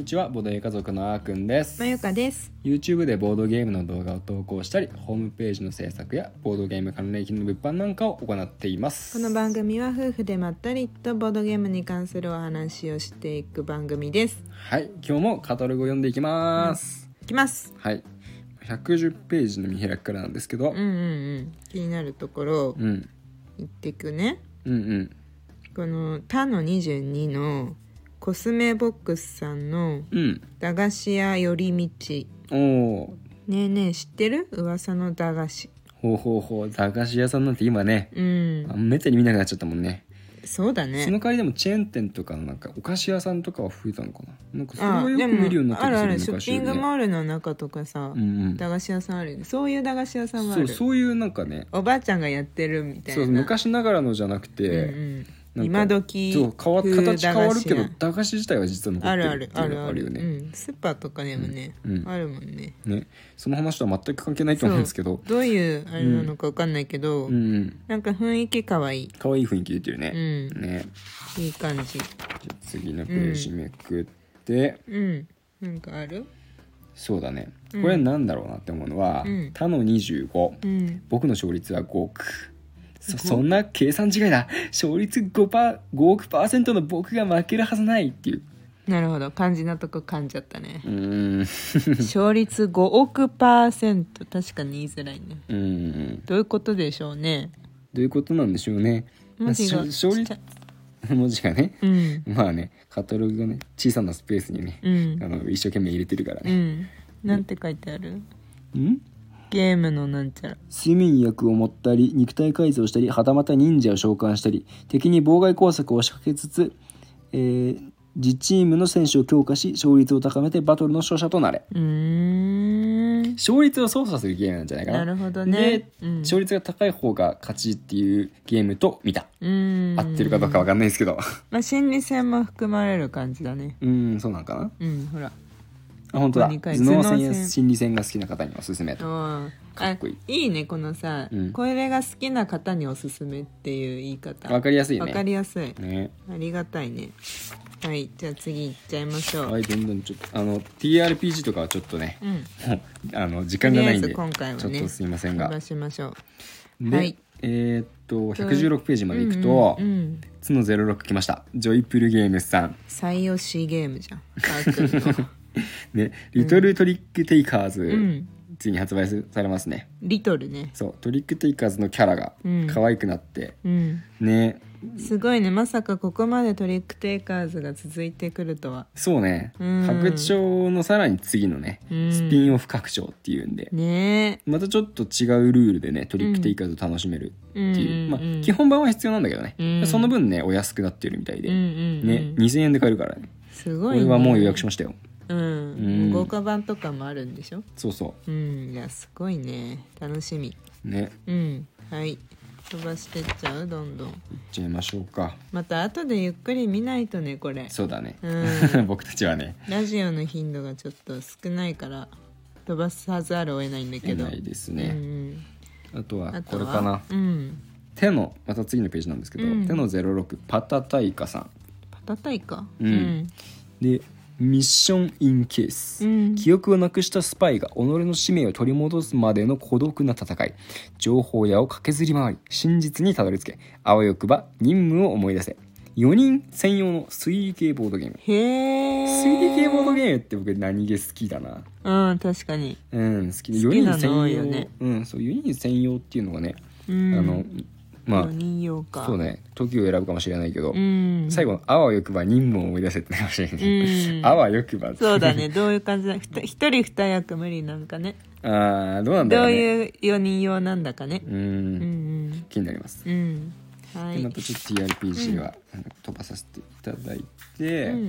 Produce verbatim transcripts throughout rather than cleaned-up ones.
ちは。ボードゲーム家族のあーくんです。 まゆかです。 YouTube でボードゲームの動画を投稿したり、ホームページの制作やボードゲーム関連品の物販なんかを行っています。 この番組は夫婦でまったりとボードゲームに関するお話をしていく番組です。 はい、今日もカタログを読んでいきます、 うん、いきます。 はい、ひゃくじゅうページの見開きからなんですけど、 うんうんうん、気になるところを言っていくね、 うん、うんうんこの他のにじゅうにのコスメボックスさんの駄菓子屋寄り道、 うん、おねえねえ知ってる？噂の駄菓子。 ほうほうほう、駄菓子屋さんなんて今ね、うん、めったに見なくなっちゃったもんね。 そうだね。 その代わりでもチェーン店とかのなんかお菓子屋さんとかは増えたのかな。なんかそれはよく見るようになってる。 あるある、ショッピングモールの中とかさ、うんうん、駄菓子屋さんあるよね。そういう駄菓子屋さんはある。 そう、そういうなんかね、 おばあちゃんがやってるみたいな。 そう、昔ながらのじゃなくて、うんうん、 今時そう変わ形変わるけど駄菓子自体は実は残ってるっていうのがあるよね。 あるあるあるある、うん、スーパーとかでもね、うんうん、あるもんね。 ね、その話とは全く関係ないと思うんですけど、 どういうあれなのか分かんないけど、うんうん、なんか雰囲気かわいいかわいい雰囲気出てるね、うん、ね、 いい感じ。じゃあ次のページめくって、 うん、うん、なんかある？ そうだね、これなんだろうなって思うのは、うん、他のにじゅうご、うん、僕の勝率はごおく。そ, そんな計算違いだ。勝率 ご, パごおくパーセントの僕が負けるはずないっていう。 なるほど、肝心なとこ噛んじゃったね。 うーん勝率ごおくパーセント、確かに言いづらいね。 うーん、 どういうことでしょうね。 どういうことなんでしょうね。 文字が勝率文字がね、うん、まあね、カタログがね小さなスペースにね、うん、あの一生懸命入れてるからね、うん、 なんて書いてある？ んゲームのなんちゃら。 睡眠薬を持ったり、肉体改造したり、はたまた忍者を召喚したり、敵に妨害工作を仕掛けつつ、えー、自チームの選手を強化し、勝率を高めてバトルの勝者となれ。うーん、勝率を操作するゲームなんじゃないかな。 なるほどね。 で、うん、勝率が高い方が勝ちっていうゲームと見た。うーん、合ってるかどうか分かんないですけど。まあ心理戦も含まれる感じだね。 うん、そうなんかな。 うん、ほら。 あ、本当だ。頭脳戦や心理戦が好きな方におすすめと。かっこいい。 いいね、このさ、うん、これが好きな方におすすめっていう言い方。 わかりやすいね。 わかりやすい、 ね、 ありがたいね。はい、じゃあ次いっちゃいましょう。 はい、どんどんちょっとあの ティーアールピージー とかはちょっとね、うん、あの時間がないんで今回は、ね、 ちょっとすいませんが、 飛ばしましょう。 で、はい、えー、っとひゃくじゅうろくページまでいくと、うんうんうん、つのゼロろく来ました。ジョイプルゲームスさん。 最推しゲームじゃん。あーくんのね、リトルトリックテイカーズ、うん、ついに発売されますね。 リトルね。 そう、トリックテイカーズのキャラが可愛くなって、うん、ね、 すごいね。まさかここまでトリックテイカーズが続いてくるとは。 そうね、うん、拡張のさらに次のね、うん、スピンオフ拡張っていうんで、ね、またちょっと違うルールでねトリックテイカーズを楽しめるっていう、うん、まあ、基本版は必要なんだけどね、うん、その分ねお安くなってるみたいで、うん、ね、にせんえんで買えるからね。 すごいね。 俺はもう予約しましたよ。 うん、うん、豪華版とかもあるんでしょ。 そうそう、 うん、いやすごいね、楽しみね。 うん、はい、飛ばしてっちゃう。どんどんいっちゃいましょうか。 また後でゆっくり見ないとねこれ。 そうだね、 うん、 僕たちはねラジオの頻度がちょっと少ないから飛ばさざるを得ないんだけど。 ないですね、うんうん、あとはこれかな、 うん、 手のまた次のページなんですけど、うん、手のゼロろくパタタイカさん。 パタタイカ、 うん、うん、でミッションインケース、うん、記憶をなくしたスパイが己の使命を取り戻すまでの孤独な戦い。情報屋を駆けずり回り真実にたどり着け、あわよくば任務を思い出せ。よにん専用の推理系ボードゲーム。 へー、 推理系ボードゲームって僕何気好きだな。 うん、確かに、 うん、好きでよにん専用、ね、うん、そうよにん専用っていうのがね、うん、あのまあ、よにん用か。そうね、時を選ぶかもしれないけど、うん、最後のあわよくば任務を思い出せってなるかもしれないね、うん、あわよくば。 そうだね、どういう感じだ。一人二役無理なんかね。 ああ、どうなんだろうね。 どういうよにん用なんだかね。うん、うんうん、 気になります、うん、はい、でまたちょっと ティーアールピージー は、うん、飛ばさせていただいて、うんうん、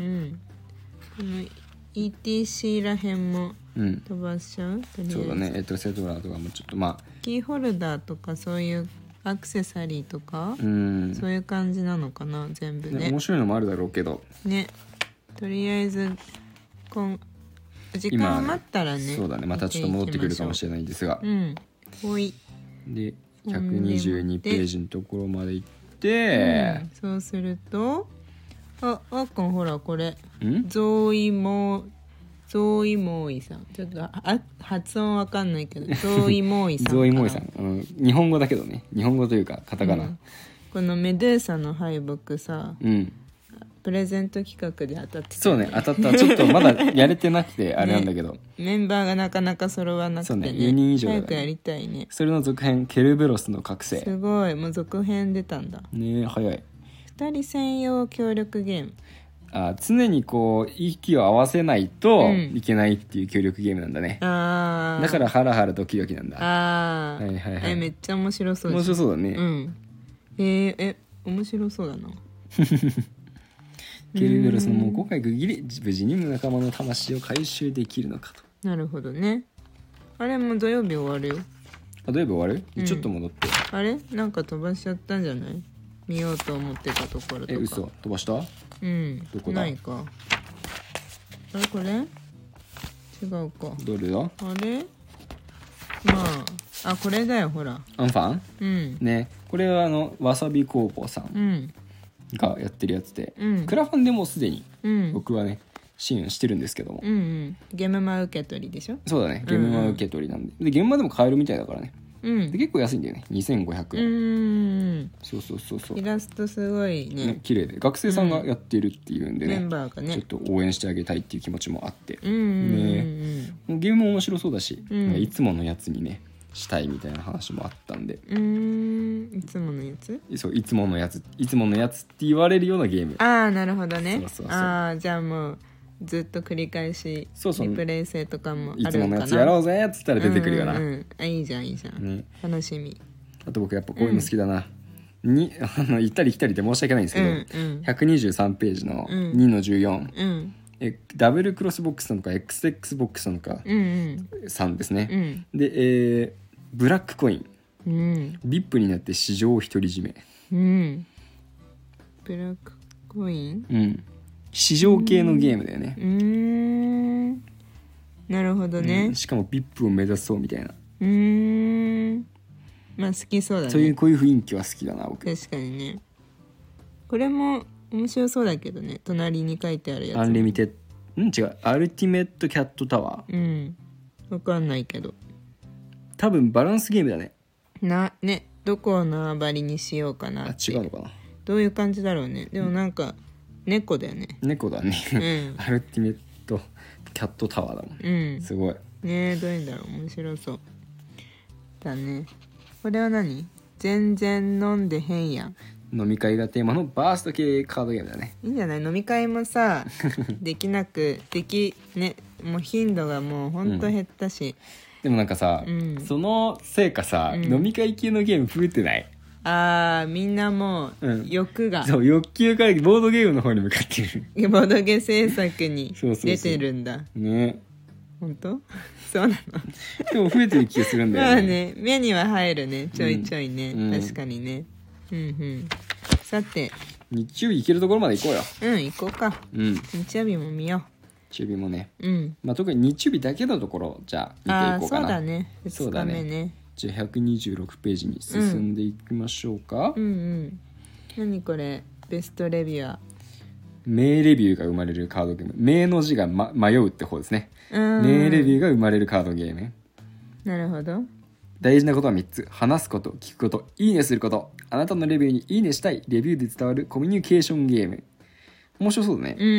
この イーティーシー らへんも飛ばしちゃう、うん、 そうだね、えっとセドラとかもちょっとまあキーホルダーとかそういうアクセサリーとか、うん、そういう感じなのかな全部 ね, ね。面白いのもあるだろうけどね。とりあえずこん時間余ったら ね, ねそうだね、またちょっと戻ってくるかもしれないんですが、 うん、ほいでひゃくにじゅうにページのところまで行って、 うん、そうするとああっくんほらこれんゾーイモゾーイモーイさんちょっとあ発音わかんないけどゾーイモーイさんかなゾーイモーイさん、うん、日本語だけどね日本語というかカタカナ、 うん、このメドゥーサの敗北さ、 うん、 プレゼント企画で当たってた、ね、 そうね当たったちょっとまだやれてなくてあれなんだけど、ね、 メンバーがなかなか揃わなくて ね, ねよにん以上だね、 早くやりたいね。 それの続編ケルベロスの覚醒すごいもう続編出たんだね。早い。 ふたり専用協力ゲーム。 あ常にこう息を合わせないといけないっていう協力ゲームなんだね、 うん、あだからハラハラドキドキなんだ。 ああ、 はいはいはい、 えめっちゃ面白そう。 面白そうだね。 うんえー、え面白そうだなケルベロスのもう今回区切り無事に仲間の魂を回収できるのかと。 なるほどね。あれもう土曜日終わるよ。 あ土曜日終わる、 うん、 ちょっと戻って。 あれなんか飛ばしちゃったんじゃない？見ようと思ってたところとか。 え嘘飛ばした？ うんどこだ？ ないか。あれこれ違うか。 どれだ？ あれまああこれだよほらアンファン、 うん、 ねこれはあのわさび工房さんがやってるやつで、 うん、 クラファンでもうすでにうん僕はね支援してるんですけども、 うんうん、ゲームマ受け取りでしょ。 そうだねゲームマ受け取りなんで、うんうん、で現場でも買えるみたいだからね、 うん、 で結構安いんだよねにせんごひゃくえん。 うんそうそうそうそうイラストすごいねね綺麗で学生さんがやってるっていうんでね、 メンバーがねちょっと応援してあげたいっていう気持ちもあって、 うんうんうん、 ねゲームも面白そうだし、 うん、 いつものやつにねしたいみたいな話もあったんで、 うーんいつものやつそういつものやついつものやつって言われるようなゲーム。 ああなるほどね。 そうそうそうああじゃあもうずっと繰り返しそうそうリプレイ性とかもあるいのかな。 つものやつやろうぜっつったら出てくるよな、 うんうんうん、あいいじゃんいいじゃん、ね、楽しみ。 あと僕やっぱこういうの好きだな、うん、にあの行ったり来たりで申し訳ないんですけど、 うんうん、 ひゃくにじゅうさんページのにのじゅうよん、 うん、 えダブルクロスボックスなのか エックスエックス ボックスなのか、 うんうん、 さんですね、 うん、 で、えー、ブラックコイン、 うん、 ブイアイピー になって市場独り占め、 うん、ブラックコイン、 うん、市場系のゲームだよね。 うーんなるほどね、 うん、しかも ブイアイピー を目指そうみたいな。 うーんまあ好きそうだね。 そういうこういう雰囲気は好きだな僕。 確かにね。これも面白そうだけどね隣に書いてあるやつ。 アンリミテッドん違うアルティメットキャットタワー。うんわかんないけど多分バランスゲームだね。 なねどこを縄張りにしようかなって。 あ違うのかな。 どういう感じだろうね。でもなんか猫だよね。 猫だね、 うん、 アルティメットキャットタワーだもん、 うん、 すごいね。どういうんだろう面白そうだね。これは何？全然飲んでへんやん。 飲み会がテーマのバースト系カードゲームだね。 いいんじゃない？飲み会もさできなくできねもう頻度がもうほんと減ったし、 うん、でもなんかさ、うん、そのせいかさ、うん、飲み会系のゲーム増えてない？ あーみんなもう欲が、 うん、そう欲求からボードゲームの方に向かってるボードゲー制作に出てるんだ。 そうそうそうね本当？そうなのでも増えてる気がするんだよね。 まあね目には入るねちょいちょいね、うん、確かにね。うんうんさて日曜日行けるところまで行こうよ。 うん行こうか、うん、日曜日も見よう。 日曜日もね、 うんまあ、特に日曜日だけのところじゃあ見ていこうかな。 あそうだねふつかめ ね, ねじゃあひゃくにじゅうろくページに進んでいきましょうか、 うん、うんうん何これベストレビュー。 名レビューが生まれるカードゲーム。名の字が、ま、迷うって方ですね。名レビューが生まれるカードゲーム。 なるほど。 大事なことはみっつ。話すこと、聞くこと、いいねすること。あなたのレビューにいいねしたい。レビューで伝わるコミュニケーションゲーム。面白そうだね。 うん。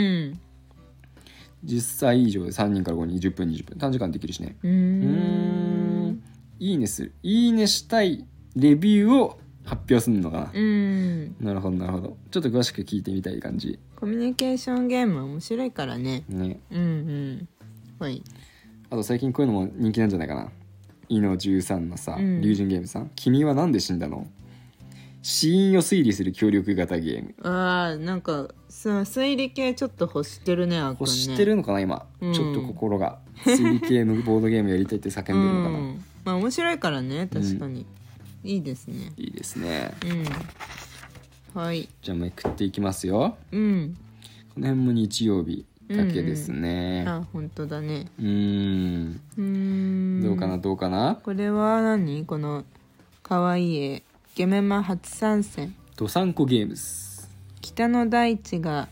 じゅっさい以上でさんにんからごにん、じゅっぷんにじゅっぷん短時間できるしね。 うーんいいねする。いいねしたいレビューを発表するのかな。 うんなるほどなるほど。ちょっと詳しく聞いてみたい感じ。 コミュニケーションゲームは面白いからね。 ね。 うんうんはいあと最近こういうのも人気なんじゃないかな。イノじゅうさんのさ、 うん、 リュージョンゲームさん。君はなんで死んだの？死因を推理する協力型ゲーム。 あーなんかさ推理系ちょっと欲してるねあっくんね。 欲してるのかな今、うん、ちょっと心が推理系のボードゲームやりたいって叫んでるのかな、うん、 まあ面白いからね確かに、うん、いいですね。 いいですね。 うんはいじゃあめくっていきますよ。 うんこの辺も日曜日だけですね、 うんうん、あ本当だね。 うーんうーんどうかなどうかな。 これは何このかわいい絵ゲメマ初参戦ドサンコゲームス。 北の大地が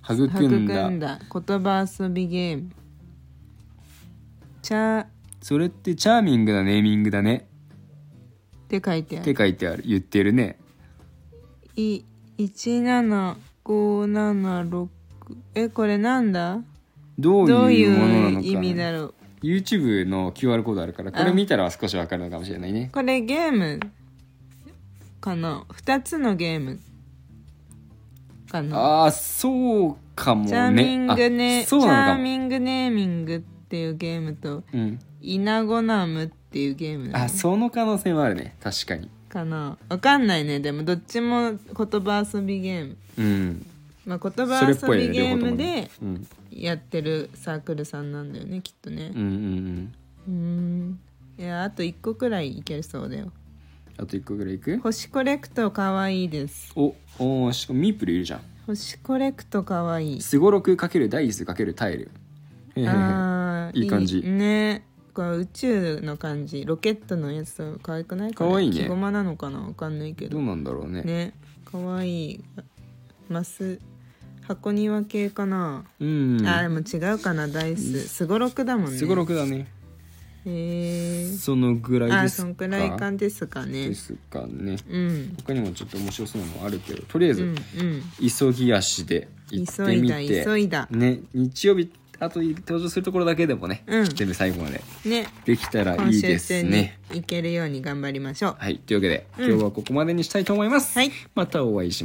育んだ育んだ言葉遊びゲーム。チャーそれってチャーミングなネーミングだねって書いてある。 って書いてある言ってるね。 いいちななごななろくえこれなんだ。 どうどういうものなのか、ね、 いう意味だろう。 YouTube の キューアール コードあるからこれ見たら少し分かるのかもしれないね。 これゲームかな。ふたつのゲームかな。 ああそうかもね。 チャーミングねそうなのかも。 チャーミングネーミングっていうゲームと、 うん、 イナゴナムっていうゲームなの。 あその可能性もあるね。確かにかな。わかんないね。でもどっちも言葉遊びゲーム。 うん、 まあ、言葉遊びゲームでうん、 やってるサークルさんなんだよねきっとね。 うんうんうんうーんいやあといっこくらいいけるそうだよ。 あといっこぐらいいく。 星コレクトかわいいです。 おおしかもミープルいるじゃん。 星コレクトかわいい。 すごろく×ダイス×タイル。へへへあいい感じいいね。これ宇宙の感じ。ロケットのやつと可愛くないかかわいいね。 木駒なのかなわかんないけどどうなんだろうね。 ねかわいい。マス箱庭系かな。 うんあでも違うかな。ダイスすごろくだもんね。 すごろくだね。 へえそのぐらいですか。 あそんくらい感ですかね。 ですかね。 うん他にもちょっと面白そうなのもあるけどとりあえず、 うんうん急ぎ足で行ってみて急いだ急いだね日曜日あと登場するところだけでもね、 うん、 全部最後までねできたらいいですね。 今週中に行けるように頑張りましょう。 はいというわけで、 うん、 今日はここまでにしたいと思います。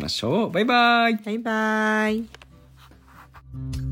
はい、 またお会いしましょう。バイバイ。 バイバイ。